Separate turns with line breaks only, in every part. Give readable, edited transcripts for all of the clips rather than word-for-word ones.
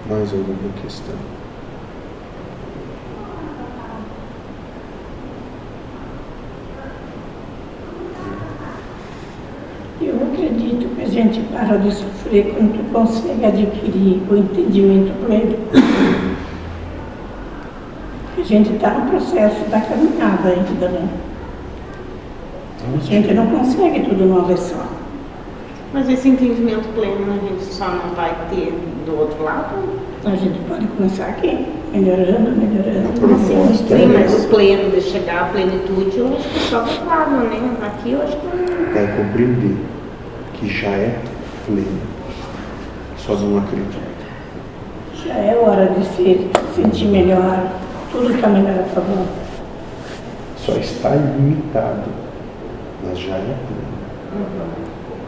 Mais alguma questão?
Eu acredito que a gente para de sofrer quando tu consegue adquirir o entendimento pleno. A gente está no processo da caminhada ainda, né? A gente não consegue tudo numa vez só.
Mas esse entendimento pleno a gente só não vai ter do outro lado?
A gente pode começar aqui, melhorando.
Sim, mas o pleno, de chegar à plenitude, eu acho que é só do outro lado, né? Aqui eu acho que não.
Vai compreender que já é pleno. Só não acredita.
Já é hora de se sentir melhor, tudo está melhor a favor.
Só está limitado, mas já é pleno.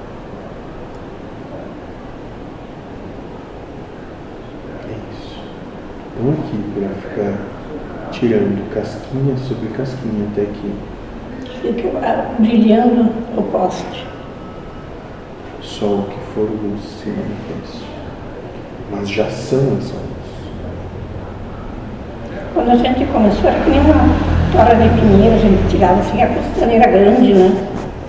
Estão aqui para ficar tirando casquinha sobre casquinha até aqui.
Fica brilhando o poste.
Só o que for luz se manifeste. Mas já são essa luz.
Quando a gente começou era que nem uma tora de pinheiro, a gente tirava assim, a costaneira grande, né?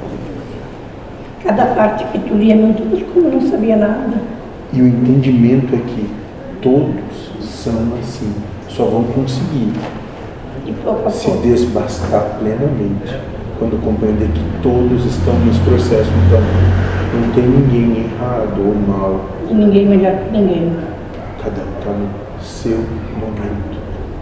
Cada parte que tu lia muito escuro, não sabia nada.
E o entendimento é que todos são assim, só vão conseguir se desbastar plenamente quando compreender que todos estão nesse processo. Então, não tem ninguém errado ou mal.
E ninguém melhor que ninguém.
Cada um está no seu momento.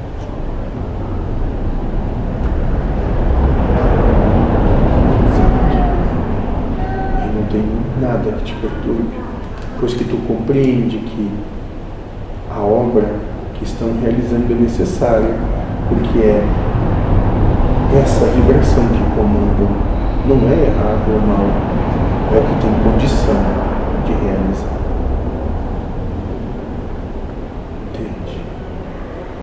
E não tem nada que te perturbe, pois que tu compreende que a obra que estão realizando é necessária, porque é essa vibração que comanda, não é errado ou mal, é o que tem condição de realizar.